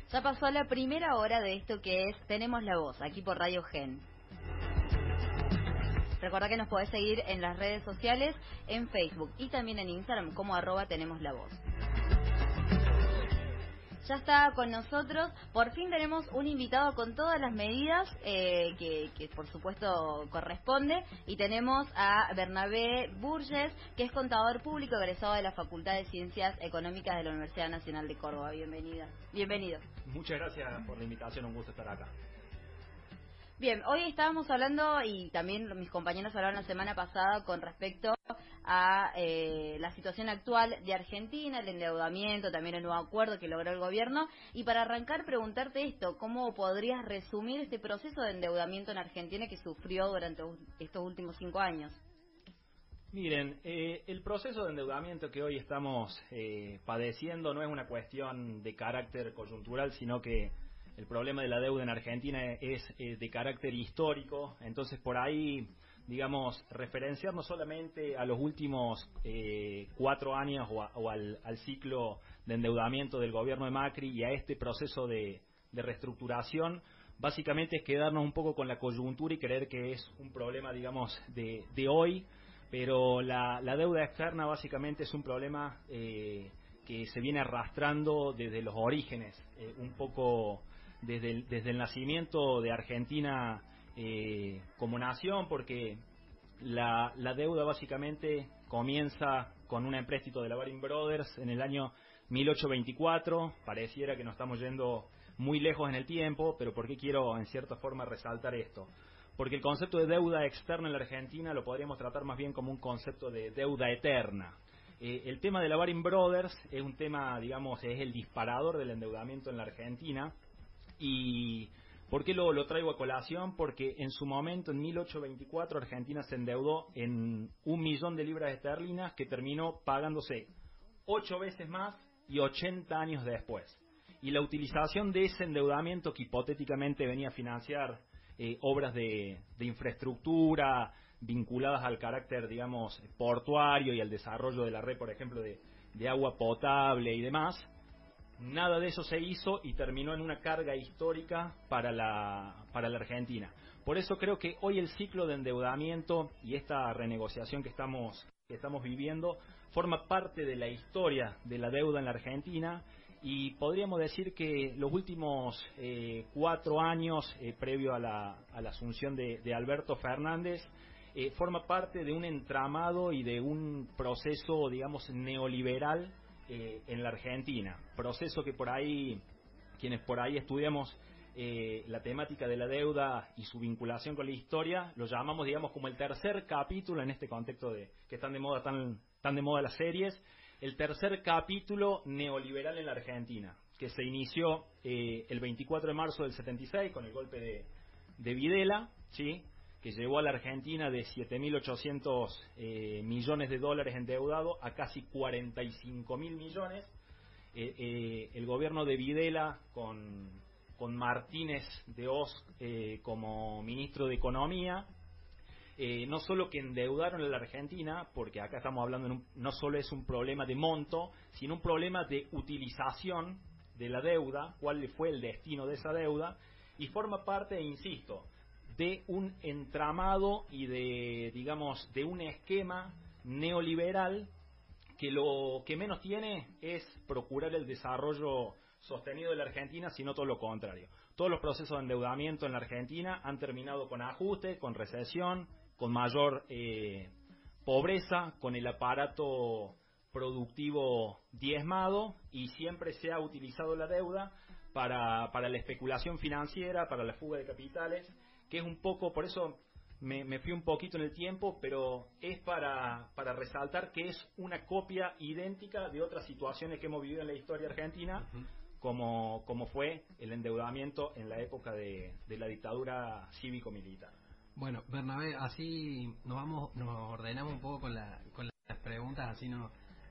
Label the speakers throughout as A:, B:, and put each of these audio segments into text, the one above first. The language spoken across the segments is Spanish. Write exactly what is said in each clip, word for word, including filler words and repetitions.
A: Ya pasó la primera hora de esto que es Tenemos la Voz, aquí por Radio Gen. Recuerda que nos podés seguir en las redes sociales, en Facebook y también en Instagram como arroba Tenemos la Voz. Ya está con nosotros, por fin tenemos un invitado con todas las medidas eh, que, que por supuesto corresponde, y tenemos a Bernabé Burges, que es contador público egresado de la Facultad de Ciencias Económicas de la Universidad Nacional de Córdoba. Bienvenida. Bienvenido.
B: Muchas gracias por la invitación, un gusto estar acá.
A: Bien, hoy estábamos hablando, y también mis compañeros hablaron la semana pasada con respecto a eh, la situación actual de Argentina, el endeudamiento, también el nuevo acuerdo que logró el gobierno. Y para arrancar, preguntarte esto, ¿cómo podrías resumir este proceso de endeudamiento en Argentina que sufrió durante estos últimos cinco años?
B: Miren, eh, el proceso de endeudamiento que hoy estamos eh, padeciendo no es una cuestión de carácter coyuntural, sino que el problema de la deuda en Argentina es eh, de carácter histórico. Entonces, por ahí, digamos, referenciar no solamente a los últimos eh, cuatro años o, a, o al, al ciclo de endeudamiento del gobierno de Macri y a este proceso de, de reestructuración, básicamente es quedarnos un poco con la coyuntura y creer que es un problema, digamos, de, de hoy, pero la, la deuda externa básicamente es un problema eh, que se viene arrastrando desde los orígenes, eh, un poco desde el, desde el nacimiento de Argentina eh, como nación, porque la, la deuda básicamente comienza con un empréstito de la Baring Brothers en el año mil ochocientos veinticuatro. Pareciera que nos estamos yendo muy lejos en el tiempo, pero ¿por qué quiero en cierta forma resaltar esto? Porque el concepto de deuda externa en la Argentina lo podríamos tratar más bien como un concepto de deuda eterna. Eh, el tema de la Baring Brothers es un tema, digamos, es el disparador del endeudamiento en la Argentina. ¿Y por qué lo, lo traigo a colación? Porque en su momento, en mil ochocientos veinticuatro, Argentina se endeudó en un millón de libras esterlinas que terminó pagándose ocho veces más y ochenta años después. Y la utilización de ese endeudamiento que hipotéticamente venía a financiar eh, obras de, de infraestructura vinculadas al carácter, digamos, portuario y al desarrollo de la red, por ejemplo, de, de agua potable y demás, nada de eso se hizo y terminó en una carga histórica para la, para la Argentina. Por eso creo que hoy el ciclo de endeudamiento y esta renegociación que estamos, que estamos viviendo forma parte de la historia de la deuda en la Argentina, y podríamos decir que los últimos eh, cuatro años, eh, previo a la, a la asunción de, de Alberto Fernández, eh, forma parte de un entramado y de un proceso, digamos, neoliberal Eh, en la Argentina, proceso que por ahí, quienes por ahí estudiamos eh, la temática de la deuda y su vinculación con la historia, lo llamamos, digamos, como el tercer capítulo en este contexto de que están de moda tan, tan de moda las series, el tercer capítulo neoliberal en la Argentina, que se inició eh, el veinticuatro de marzo del setenta y seis con el golpe de, de Videla, ¿sí?, que llevó a la Argentina de siete mil ochocientos eh, millones de dólares endeudado a casi cuarenta y cinco mil millones. Eh, eh, el gobierno de Videla, con, con Martínez de Oz eh, como ministro de Economía, eh, no solo que endeudaron a la Argentina, porque acá estamos hablando, de un, no solo es un problema de monto, sino un problema de utilización de la deuda, cuál fue el destino de esa deuda, y forma parte, insisto, de un entramado y de, digamos, de un esquema neoliberal que lo que menos tiene es procurar el desarrollo sostenido de la Argentina, sino todo lo contrario. Todos los procesos de endeudamiento en la Argentina han terminado con ajuste, con recesión, con mayor eh, pobreza, con el aparato productivo diezmado, y siempre se ha utilizado la deuda para, para la especulación financiera, para la fuga de capitales, que es un poco, por eso me, me fui un poquito en el tiempo, pero es para, para resaltar que es una copia idéntica de otras situaciones que hemos vivido en la historia argentina, uh-huh. como, como fue el endeudamiento en la época de, de la dictadura cívico-militar.
C: Bueno, Bernabé, así nos vamos, nos ordenamos un poco con, la, con las preguntas, así no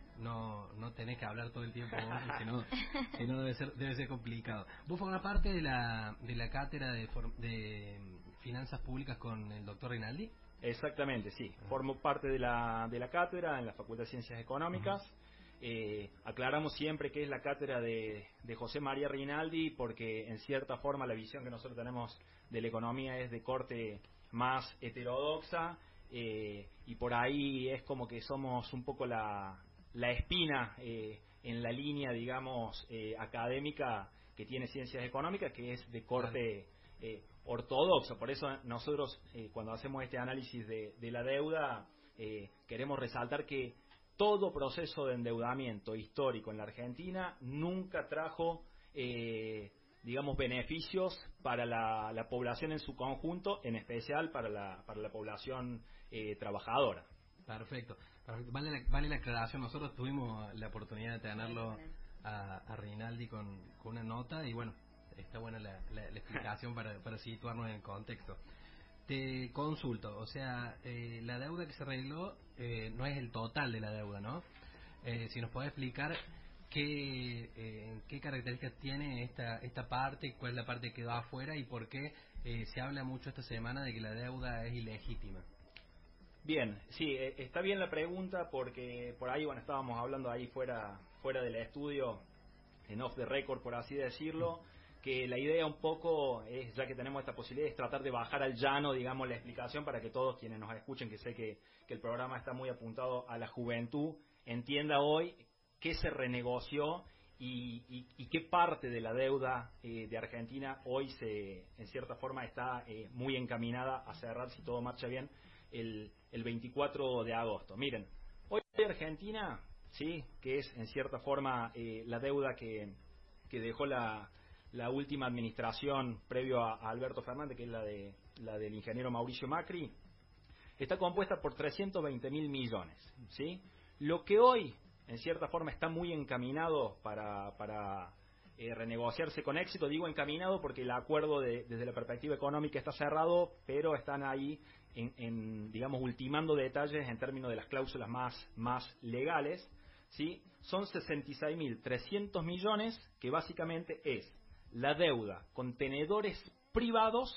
C: no no tenés que hablar todo el tiempo vos, si no, si no debe ser debe ser complicado. Vos formás parte de la de la cátedra de, de finanzas públicas con el doctor Rinaldi.
B: Exactamente, sí. Formo parte de la de la cátedra en la Facultad de Ciencias Económicas. Uh-huh. Eh, aclaramos siempre que es la cátedra de, de José María Rinaldi, porque en cierta forma la visión que nosotros tenemos de la economía es de corte más heterodoxa, eh, y por ahí es como que somos un poco la, la espina eh, en la línea, digamos, eh, académica que tiene ciencias económicas, que es de corte eh, ortodoxo. Por eso nosotros, eh, cuando hacemos este análisis de, de la deuda, eh, queremos resaltar que todo proceso de endeudamiento histórico en la Argentina nunca trajo, eh, digamos, beneficios para la, la población en su conjunto, en especial para la, para la población eh, trabajadora.
C: Perfecto. Perfecto. Vale, la, vale la aclaración. Nosotros tuvimos la oportunidad de tenerlo a, a Rinaldi con, con una nota y bueno, está buena la, la, la explicación para, para situarnos en el contexto. Te consulto, o sea, eh, la deuda que se arregló eh, no es el total de la deuda, ¿no? Eh, si nos podés explicar qué, eh, qué características tiene esta esta parte, cuál es la parte que va afuera y por qué eh, se habla mucho esta semana de que la deuda es ilegítima.
B: Bien, sí, eh, está bien la pregunta porque por ahí, bueno, estábamos hablando ahí fuera, fuera del estudio, en off the record, por así decirlo, que la idea un poco es, ya que tenemos esta posibilidad, es tratar de bajar al llano, digamos, la explicación para que todos quienes nos escuchen, que sé que, que el programa está muy apuntado a la juventud, entienda hoy qué se renegoció y, y, y qué parte de la deuda eh, de Argentina hoy se, en cierta forma, está eh, muy encaminada a cerrar, si todo marcha bien, el, el veinticuatro de agosto. Miren, hoy Argentina, sí, que es en cierta forma eh, la deuda que, que dejó la la última administración previo a, a Alberto Fernández, que es la de la del ingeniero Mauricio Macri, está compuesta por trescientos veinte mil millones, ¿sí? Lo que hoy, en cierta forma, está muy encaminado para, para eh, renegociarse con éxito, digo encaminado porque el acuerdo de, desde la perspectiva económica está cerrado, pero están ahí, en, en, digamos, ultimando detalles en términos de las cláusulas más, más legales, ¿sí? Son sesenta y seis mil trescientos millones, que básicamente es la deuda con tenedores privados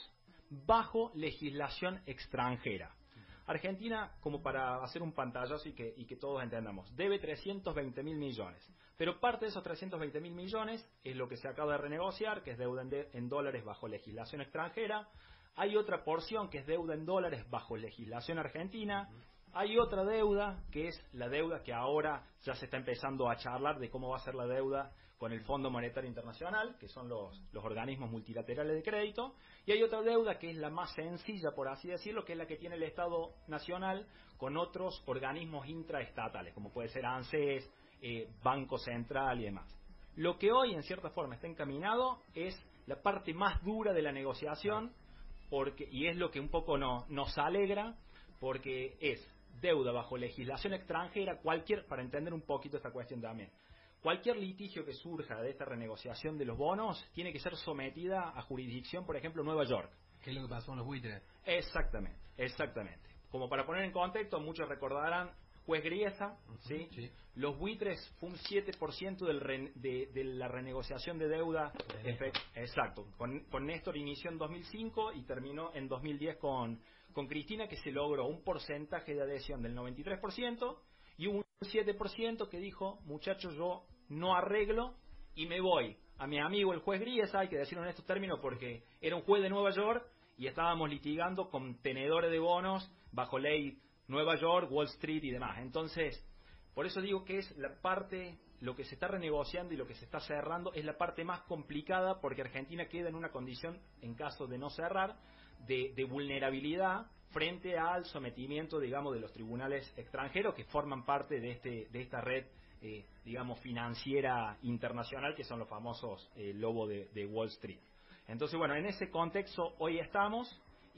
B: bajo legislación extranjera. Argentina, como para hacer un pantallazo y que, y que todos entendamos, debe trescientos veinte mil millones, pero parte de esos trescientos veinte mil millones es lo que se acaba de renegociar, que es deuda en, de, en dólares bajo legislación extranjera. Hay otra porción que es deuda en dólares bajo legislación argentina. Hay otra deuda, que es la deuda que ahora ya se está empezando a charlar de cómo va a ser la deuda con el Fondo Monetario Internacional, que son los, los organismos multilaterales de crédito. Y hay otra deuda que es la más sencilla, por así decirlo, que es la que tiene el Estado Nacional con otros organismos intraestatales, como puede ser ANSES, eh, Banco Central y demás. Lo que hoy, en cierta forma, está encaminado es la parte más dura de la negociación, porque y es lo que un poco no, nos alegra, porque es deuda bajo legislación extranjera, cualquier, para entender un poquito esta cuestión también, cualquier litigio que surja de esta renegociación de los bonos tiene que ser sometida a jurisdicción, por ejemplo, Nueva York.
C: ¿Qué es lo que pasó con los buitres?
B: Exactamente, exactamente. Como para poner en contexto, muchos recordarán Juez Griesa, uh-huh, ¿sí? Sí. Los buitres fue un siete por ciento del re, de, de la renegociación de deuda. Efe, exacto. Con, con Néstor inició en dos mil cinco y terminó en dos mil diez con, con Cristina, que se logró un porcentaje de adhesión del noventa y tres por ciento y un siete por ciento que dijo, muchachos, yo no arreglo y me voy. A mi amigo el juez Griesa, hay que decirlo en estos términos porque era un juez de Nueva York y estábamos litigando con tenedores de bonos bajo ley Nueva York, Wall Street y demás. Entonces, por eso digo que es la parte, lo que se está renegociando y lo que se está cerrando es la parte más complicada, porque Argentina queda en una condición, en caso de no cerrar, de, de vulnerabilidad frente al sometimiento, digamos, de los tribunales extranjeros que forman parte de este de esta red, eh, digamos, financiera internacional, que son los famosos eh, lobo de, de Wall Street. Entonces, bueno, en ese contexto hoy estamos.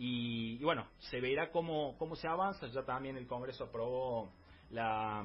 B: Y, y bueno, se verá cómo, cómo se avanza. Ya también el Congreso aprobó la,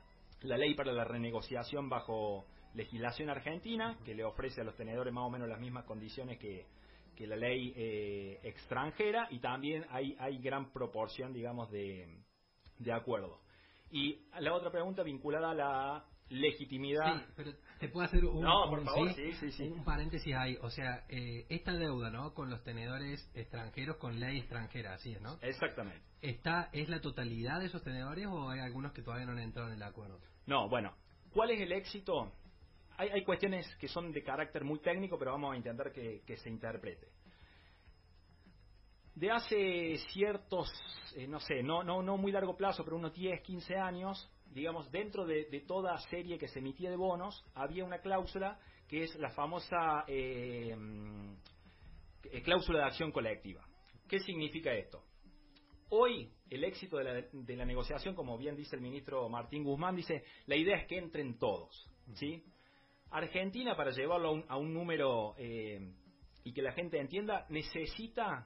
B: la ley para la renegociación bajo legislación argentina, que le ofrece a los tenedores más o menos las mismas condiciones que, que la ley eh, extranjera, y también hay, hay gran proporción, digamos, de, de acuerdo. Y la otra pregunta vinculada a la legitimidad.
C: Sí, pero te puedo hacer un,
B: no, por
C: un,
B: favor,
C: ¿sí?
B: Sí, sí, sí.
C: un paréntesis ahí. O sea, eh, esta deuda, ¿no? Con los tenedores extranjeros con ley extranjera, así es, ¿no?
B: Exactamente.
C: ¿Está, ¿Es la totalidad de esos tenedores o hay algunos que todavía no han entrado en el acuerdo?
B: No, bueno, ¿Cuál es el éxito? Hay, hay cuestiones que son de carácter muy técnico, pero vamos a intentar que, que se interprete. De hace ciertos, eh, no sé, no, no, no muy largo plazo, pero unos diez, quince años, digamos, dentro de, de toda serie que se emitía de bonos, había una cláusula que es la famosa eh, cláusula de acción colectiva. ¿Qué significa esto? Hoy, el éxito de la, de la negociación, como bien dice el ministro Martín Guzmán, dice, la idea es que entren todos, ¿sí? Argentina, para llevarlo a un, a un número eh, y que la gente entienda, necesita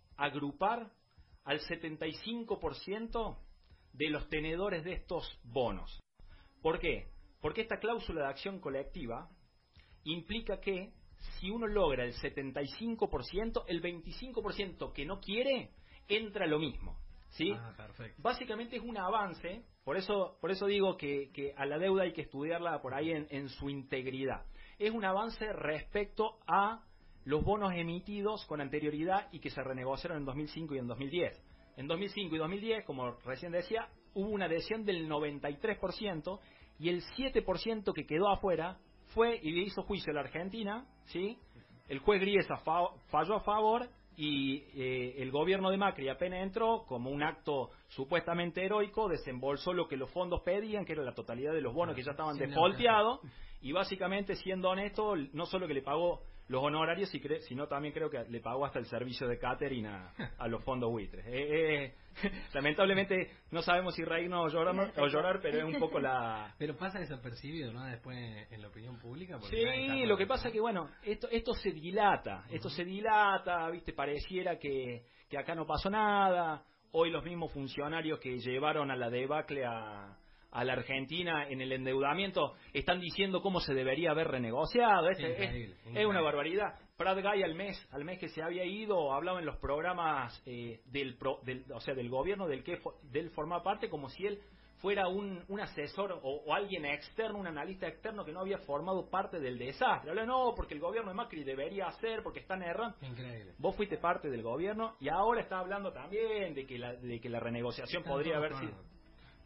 B: agrupar al setenta y cinco por ciento de los tenedores de estos bonos. ¿Por qué? Porque esta cláusula de acción colectiva implica que si uno logra el setenta y cinco por ciento, el veinticinco por ciento que no quiere, entra lo mismo, ¿sí?
C: Ah, perfecto.
B: Básicamente es un avance, por eso, por eso digo que, que a la deuda hay que estudiarla por ahí en, en su integridad. Es un avance respecto a los bonos emitidos con anterioridad y que se renegociaron en dos mil cinco y en dos mil diez. En dos mil cinco y dos mil diez, como recién decía, hubo una adhesión del noventa y tres por ciento y el siete por ciento que quedó afuera fue y le hizo juicio a la Argentina, ¿sí? El juez Griesa fa- falló a favor y eh, el gobierno de Macri apenas entró, como un acto supuestamente heroico, desembolsó lo que los fondos pedían, que era la totalidad de los bonos que ya estaban defaulteados, y básicamente, siendo honesto, no solo que le pagó los honorarios, sino también creo que le pagó hasta el servicio de catering a, a los fondos buitres. Eh, eh, lamentablemente no sabemos si reírnos o llorar, o llorar, pero es un poco la...
C: Pero pasa desapercibido, ¿no? Después en la opinión pública.
B: Sí, lo que pasa es que, bueno, esto esto se dilata, uh-huh. esto se dilata, viste, pareciera que, que acá no pasó nada. Hoy los mismos funcionarios que llevaron a la debacle a... a la Argentina en el endeudamiento, están diciendo cómo se debería haber renegociado. Es,
C: increíble,
B: es,
C: increíble.
B: es una barbaridad. Prat Guy al mes, al mes que se había ido, hablaba en los programas eh, del, pro, del, o sea, del gobierno del que del forma parte, como si él fuera un, un asesor o, o alguien externo, un analista externo que no había formado parte del desastre. Habla, no, porque el gobierno de Macri debería hacer, porque están errando.
C: Increíble.
B: Vos fuiste parte del gobierno y ahora está hablando también de que la, de que la renegociación
C: Están
B: podría haber
C: claro.
B: sido...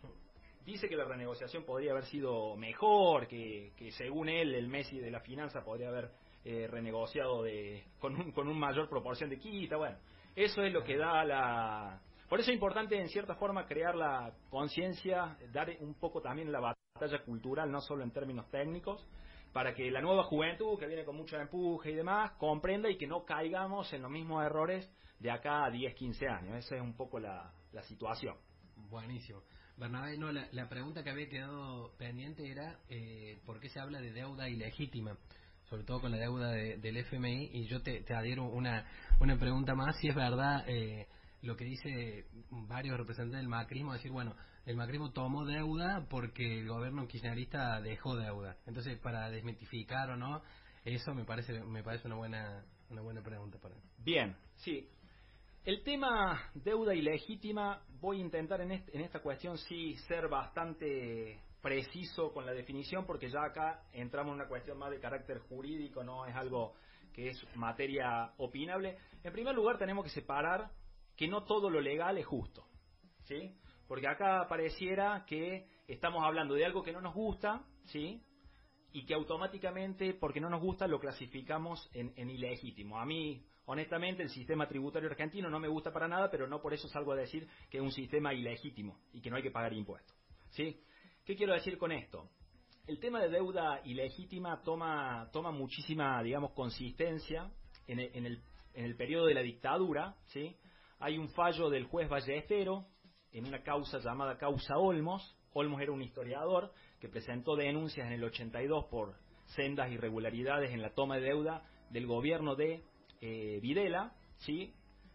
B: Dice que la renegociación podría haber sido mejor, que, que según él el Messi de la finanza podría haber eh, renegociado de, con, un, con un mayor proporción de quita. Bueno, eso es lo que da la... Por eso es importante en cierta forma crear la conciencia, dar un poco también la batalla cultural, no solo en términos técnicos, para que la nueva juventud, que viene con mucho empuje y demás, comprenda y que no caigamos en los mismos errores de acá a diez, quince años. Esa es un poco la, la situación.
C: Buenísimo. Bernabé, no, la, la pregunta que había quedado pendiente era eh, ¿por qué se habla de deuda ilegítima? Sobre todo con la deuda de, del F M I, y yo te, te adhiero una, una pregunta más, si es verdad eh, lo que dice varios representantes del macrismo, decir, bueno, el macrismo tomó deuda porque el gobierno kirchnerista dejó deuda. Entonces, para desmitificar o no, eso me parece me parece una buena una buena pregunta para mí.
B: Bien, sí. El tema deuda ilegítima, voy a intentar en, este, en esta cuestión sí ser bastante preciso con la definición, porque ya acá entramos en una cuestión más de carácter jurídico, no es algo que es materia opinable. En primer lugar, tenemos que separar que no todo lo legal es justo, ¿sí? Porque acá pareciera que estamos hablando de algo que no nos gusta, ¿sí? Y que automáticamente, porque no nos gusta, lo clasificamos en, en ilegítimo. A mí, honestamente, el sistema tributario argentino no me gusta para nada, pero no por eso salgo a decir que es un sistema ilegítimo y que no hay que pagar impuestos, ¿sí? ¿Qué quiero decir con esto? El tema de deuda ilegítima toma, toma muchísima, digamos, consistencia en el, en el, en el periodo de la dictadura, ¿sí? Hay un fallo del juez Ballestero en una causa llamada causa Olmos. Olmos era un historiador que presentó denuncias en el ochenta y dos por sendas irregularidades en la toma de deuda del gobierno de eh, Videla, ¿sí?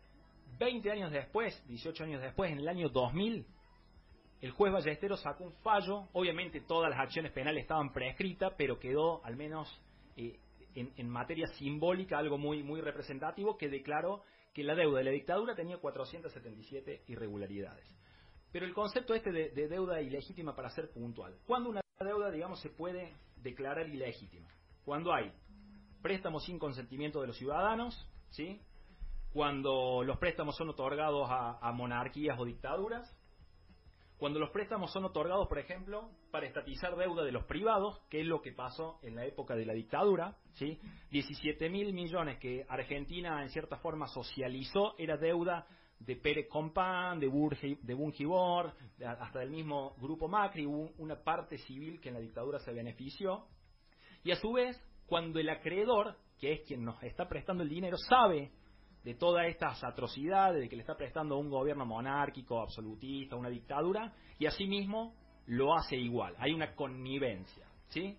B: veinte años después, dieciocho años después, en el año dos mil, el juez Ballestero sacó un fallo. Obviamente todas las acciones penales estaban prescritas, pero quedó al menos eh, en, en materia simbólica algo muy, muy representativo, que declaró que la deuda de la dictadura tenía cuatrocientas setenta y siete irregularidades. Pero el concepto este de, de deuda ilegítima, para ser puntual, ¿cuándo una deuda, digamos, se puede declarar ilegítima? Cuando hay préstamos sin consentimiento de los ciudadanos, ¿sí? Cuando los préstamos son otorgados a, a monarquías o dictaduras, cuando los préstamos son otorgados, por ejemplo, para estatizar deuda de los privados, que es lo que pasó en la época de la dictadura, ¿sí? diecisiete mil millones que Argentina en cierta forma socializó, era deuda de Pérez Compán, de, Burge, de Bungibor, hasta del mismo Grupo Macri, hubo una parte civil que en la dictadura se benefició. Y a su vez, cuando el acreedor, que es quien nos está prestando el dinero, sabe de todas estas atrocidades, de que le está prestando a un gobierno monárquico, absolutista, una dictadura, y asimismo lo hace igual. Hay una connivencia, ¿sí?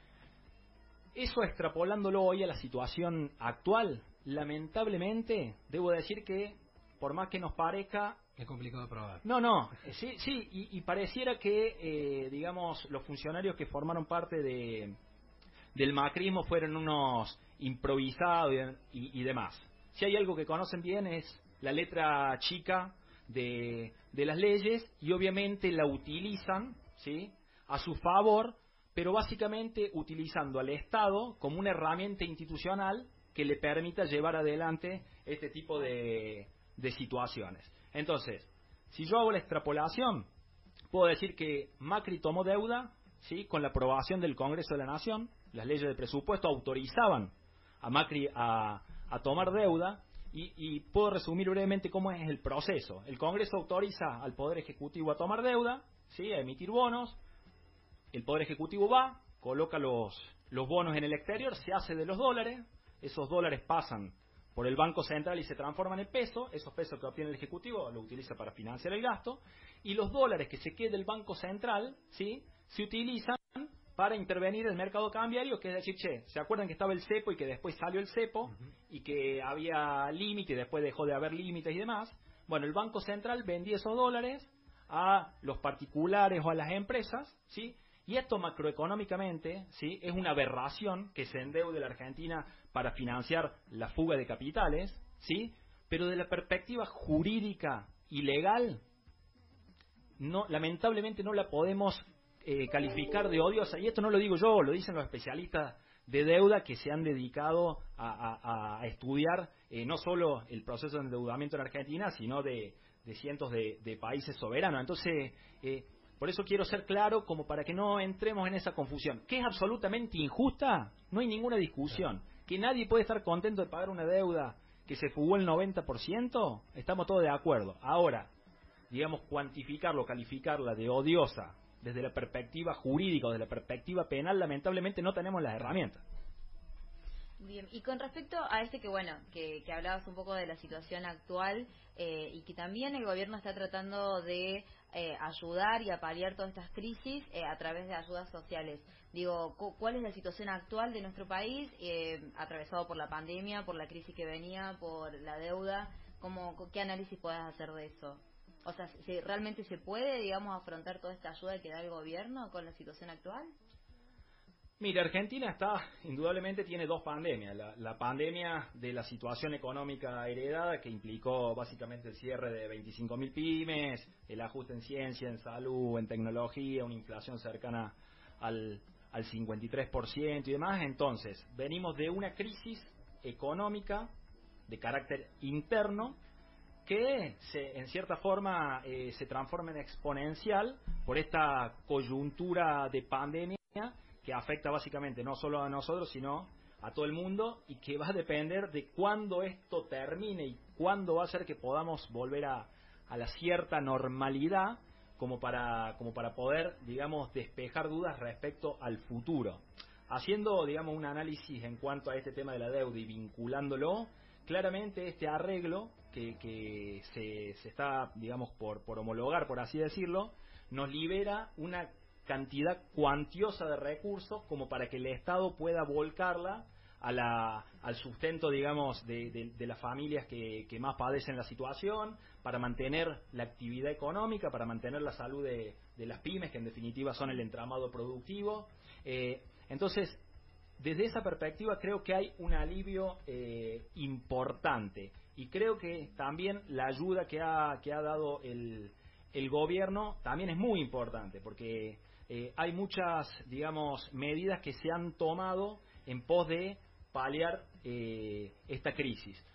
B: Eso extrapolándolo hoy a la situación actual, lamentablemente, debo decir que, por más que nos parezca...
C: Es complicado de probar.
B: No, no, sí, sí, y, y pareciera que, eh, digamos, los funcionarios que formaron parte de, del macrismo fueron unos improvisados y, y, y demás. Si hay algo que conocen bien es la letra chica de, de las leyes y obviamente la utilizan, ¿sí?, a su favor, pero básicamente utilizando al Estado como una herramienta institucional que le permita llevar adelante este tipo de, de situaciones. Entonces, si yo hago la extrapolación, puedo decir que Macri tomó deuda, ¿sí?, con la aprobación del Congreso de la Nación. Las leyes de presupuesto autorizaban a Macri a... a tomar deuda, y, y puedo resumir brevemente cómo es el proceso. El Congreso autoriza al Poder Ejecutivo a tomar deuda, ¿sí?, a emitir bonos, el Poder Ejecutivo va, coloca los, los bonos en el exterior, se hace de los dólares, esos dólares pasan por el Banco Central y se transforman en pesos, esos pesos que obtiene el Ejecutivo lo utiliza para financiar el gasto, y los dólares que se quede el Banco Central, ¿sí?, se utilizan para intervenir el mercado cambiario, que es decir, che, ¿se acuerdan que estaba el cepo y que después salió el cepo uh-huh. y que había límite y después dejó de haber límites y demás? Bueno, el Banco Central vendía esos dólares a los particulares o a las empresas, ¿sí? Y esto macroeconómicamente, ¿sí?, es una aberración que se endeude la Argentina para financiar la fuga de capitales, ¿sí? Pero de la perspectiva jurídica y legal, no, lamentablemente no la podemos Eh, calificar de odiosa, y esto no lo digo yo, lo dicen los especialistas de deuda que se han dedicado a, a, a estudiar eh, no solo el proceso de endeudamiento en Argentina, sino de, de cientos de, de países soberanos. Entonces, eh, por eso quiero ser claro, como para que no entremos en esa confusión. ¿Que es absolutamente injusta? No hay ninguna discusión. ¿Que nadie puede estar contento de pagar una deuda que se fugó el noventa por ciento? Estamos todos de acuerdo. Ahora, digamos, cuantificarlo, calificarla de odiosa desde la perspectiva jurídica o desde la perspectiva penal, lamentablemente no tenemos las herramientas.
A: Bien, y con respecto a este que, bueno, que, que hablabas un poco de la situación actual eh, y que también el gobierno está tratando de eh, ayudar y a paliar todas estas crisis eh, a través de ayudas sociales. Digo, ¿cuál es la situación actual de nuestro país, eh, atravesado por la pandemia, por la crisis que venía, por la deuda? ¿Cómo, ¿Qué análisis podés hacer de eso? O sea, ¿si realmente se puede, digamos, afrontar toda esta ayuda que da el gobierno con la situación actual?
B: Mira, Argentina está, indudablemente tiene dos pandemias. La, la pandemia de la situación económica heredada, que implicó básicamente el cierre de veinticinco mil pymes, el ajuste en ciencia, en salud, en tecnología, una inflación cercana al, al cincuenta y tres por ciento y demás. Entonces, venimos de una crisis económica de carácter interno, que se, en cierta forma eh, se transforma en exponencial por esta coyuntura de pandemia que afecta básicamente no solo a nosotros, sino a todo el mundo, y que va a depender de cuándo esto termine y cuándo va a ser que podamos volver a, a la cierta normalidad como para, como para poder, digamos, despejar dudas respecto al futuro. Haciendo, digamos, un análisis en cuanto a este tema de la deuda y vinculándolo, claramente este arreglo que, que se, se está, digamos, por, por homologar, por así decirlo, nos libera una cantidad cuantiosa de recursos como para que el Estado pueda volcarla a la, al sustento, digamos, de, de, de las familias que, que más padecen la situación, para mantener la actividad económica, para mantener la salud de, de las pymes, que en definitiva son el entramado productivo. Eh, entonces, desde esa perspectiva creo que hay un alivio eh, importante, y creo que también la ayuda que ha, que ha dado el, el gobierno también es muy importante, porque eh, hay muchas, digamos, medidas que se han tomado en pos de paliar eh, esta crisis.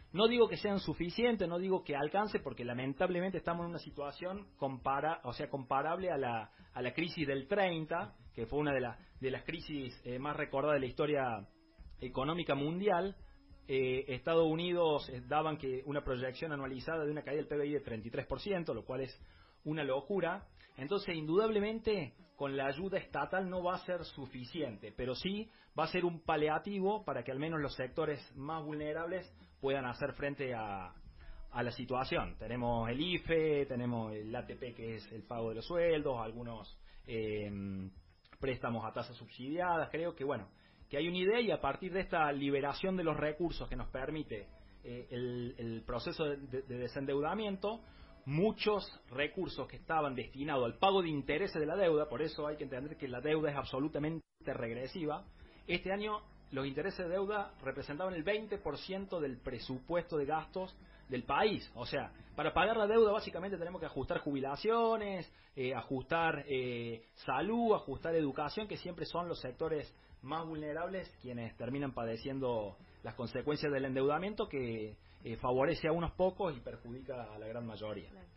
B: No digo que sean suficientes, no digo que alcance, porque lamentablemente estamos en una situación compara, o sea, comparable a la, a la crisis del treinta, que fue una de, la, de las crisis eh, más recordadas de la historia económica mundial. Eh, Estados Unidos eh, daban que una proyección anualizada de una caída del P B I de treinta y tres por ciento, lo cual es una locura. Entonces, indudablemente, con la ayuda estatal no va a ser suficiente, pero sí va a ser un paliativo para que al menos los sectores más vulnerables puedan hacer frente a, a la situación. Tenemos el I F E, tenemos el A T P, que es el pago de los sueldos, algunos eh, préstamos a tasas subsidiadas. Creo que, bueno, que hay una idea, y a partir de esta liberación de los recursos que nos permite eh, el, el proceso de, de, de desendeudamiento, muchos recursos que estaban destinados al pago de intereses de la deuda, por eso hay que entender que la deuda es absolutamente regresiva. Este año los intereses de deuda representaban el veinte por ciento del presupuesto de gastos del país. O sea, para pagar la deuda básicamente tenemos que ajustar jubilaciones, eh, ajustar eh, salud, ajustar educación, que siempre son los sectores más vulnerables quienes terminan padeciendo las consecuencias del endeudamiento, que eh, favorece a unos pocos y perjudica a la gran mayoría.
A: Claro.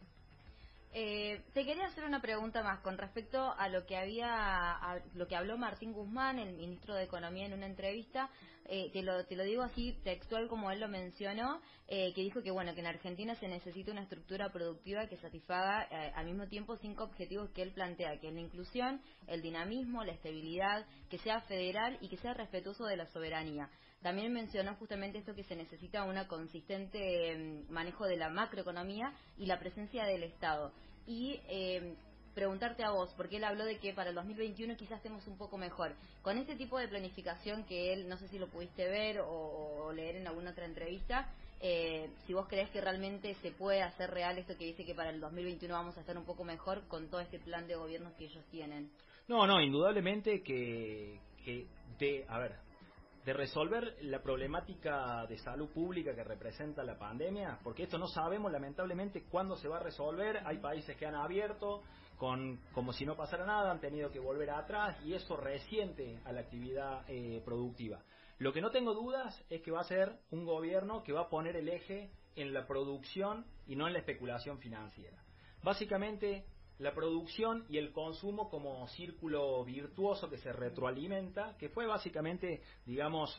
A: Eh, te quería hacer una pregunta más con respecto a lo que había, a lo que habló Martín Guzmán, el ministro de Economía, en una entrevista. Eh, te lo te lo digo así textual como él lo mencionó, eh, que dijo que bueno que en Argentina se necesita una estructura productiva que satisfaga eh, al mismo tiempo cinco objetivos que él plantea, que es la inclusión, el dinamismo, la estabilidad, que sea federal y que sea respetuoso de la soberanía. También mencionó justamente esto, que se necesita un consistente eh, manejo de la macroeconomía y la presencia del Estado. Y eh, preguntarte a vos, porque él habló de que para el dos mil veintiuno quizás estemos un poco mejor. Con este tipo de planificación que él, no sé si lo pudiste ver o, o leer en alguna otra entrevista, eh, si vos creés que realmente se puede hacer real esto que dice que para el dos mil veintiuno vamos a estar un poco mejor con todo este plan de gobierno que ellos tienen.
B: No, no, indudablemente que, que de, a ver, de resolver la problemática de salud pública que representa la pandemia, porque esto no sabemos lamentablemente cuándo se va a resolver. Hay países que han abierto con como si no pasara nada, han tenido que volver atrás, y eso resiente a la actividad eh, productiva. Lo que no tengo dudas es que va a ser un gobierno que va a poner el eje en la producción y no en la especulación financiera. Básicamente, la producción y el consumo como círculo virtuoso que se retroalimenta, que fue básicamente, digamos,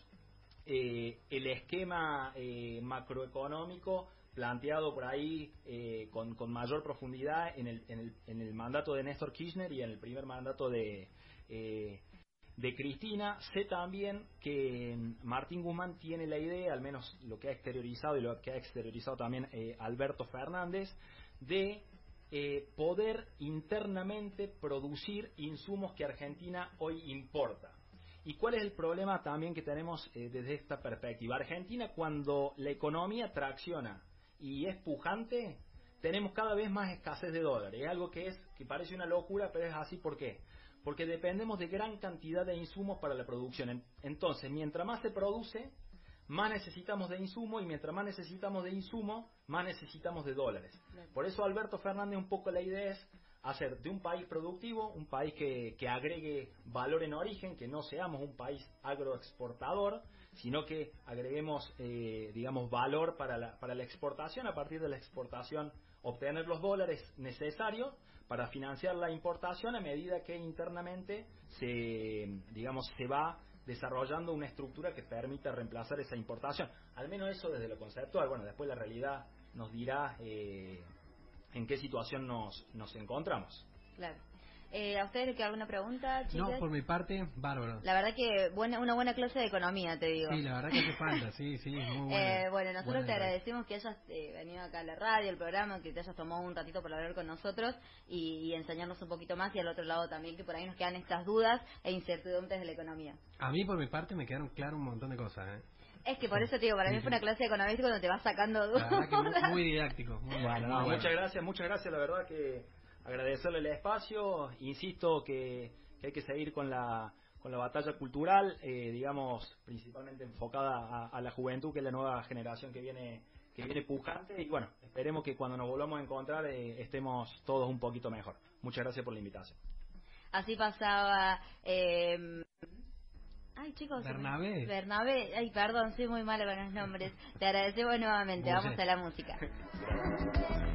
B: eh, el esquema eh, macroeconómico planteado por ahí eh, con, con mayor profundidad en el, en, el, en el mandato de Néstor Kirchner y en el primer mandato de, eh, de Cristina. Sé también que Martín Guzmán tiene la idea, al menos lo que ha exteriorizado y lo que ha exteriorizado también eh, Alberto Fernández, de Eh, poder internamente producir insumos que Argentina hoy importa. ¿Y cuál es el problema también que tenemos eh, desde esta perspectiva? Argentina, cuando la economía tracciona y es pujante, tenemos cada vez más escasez de dólares. Es algo que es que parece una locura, pero es así. ¿Por qué? Porque dependemos de gran cantidad de insumos para la producción. Entonces, mientras más se produce, más necesitamos de insumo, y mientras más necesitamos de insumo, más necesitamos de dólares. Por eso Alberto Fernández, un poco la idea es hacer de un país productivo un país que, que agregue valor en origen, que no seamos un país agroexportador, sino que agreguemos, eh, digamos, valor para la, para la exportación. A partir de la exportación, obtener los dólares necesarios para financiar la importación, a medida que internamente se, digamos, se va desarrollando una estructura que permita reemplazar esa importación. Al menos eso desde lo conceptual. Bueno, después la realidad nos dirá eh, en qué situación nos, nos encontramos.
A: Claro. Eh, ¿A ustedes les queda alguna pregunta, chicas?
C: No, por mi parte, bárbaro.
A: La verdad que buena, una buena clase de economía, te digo.
C: Sí, la verdad que hace falta, sí, sí, muy buena.
A: Eh, bueno, nosotros
C: buena
A: te agradecemos que hayas eh, venido acá a la radio, el programa, que te hayas tomado un ratito para hablar con nosotros y, y enseñarnos un poquito más, y al otro lado también, que por ahí nos quedan estas dudas e incertidumbres de la economía.
C: A mí, por mi parte, me quedaron claras un montón de cosas, ¿eh?
A: Es que por eso te digo, para
C: sí,
A: mí
C: sí.
A: fue una clase de economía cuando te vas sacando dudas.
C: La verdad que muy, muy didáctico. Muy
B: bueno,
C: bueno,
B: no,
C: muy
B: muchas
C: bueno.
B: gracias, muchas gracias, la verdad que agradecerle el espacio. Insisto que, que hay que seguir con la con la batalla cultural, eh, digamos, principalmente enfocada a, a la juventud, que es la nueva generación que viene que viene pujante, y bueno, esperemos que cuando nos volvamos a encontrar eh, estemos todos un poquito mejor. Muchas gracias por la invitación.
A: Así pasaba... Eh, Ay, chicos.
C: Bernabé.
A: Bernabé. Ay, perdón, soy muy mala con los nombres. Te agradecemos nuevamente.
C: Bulle.
A: Vamos a la música.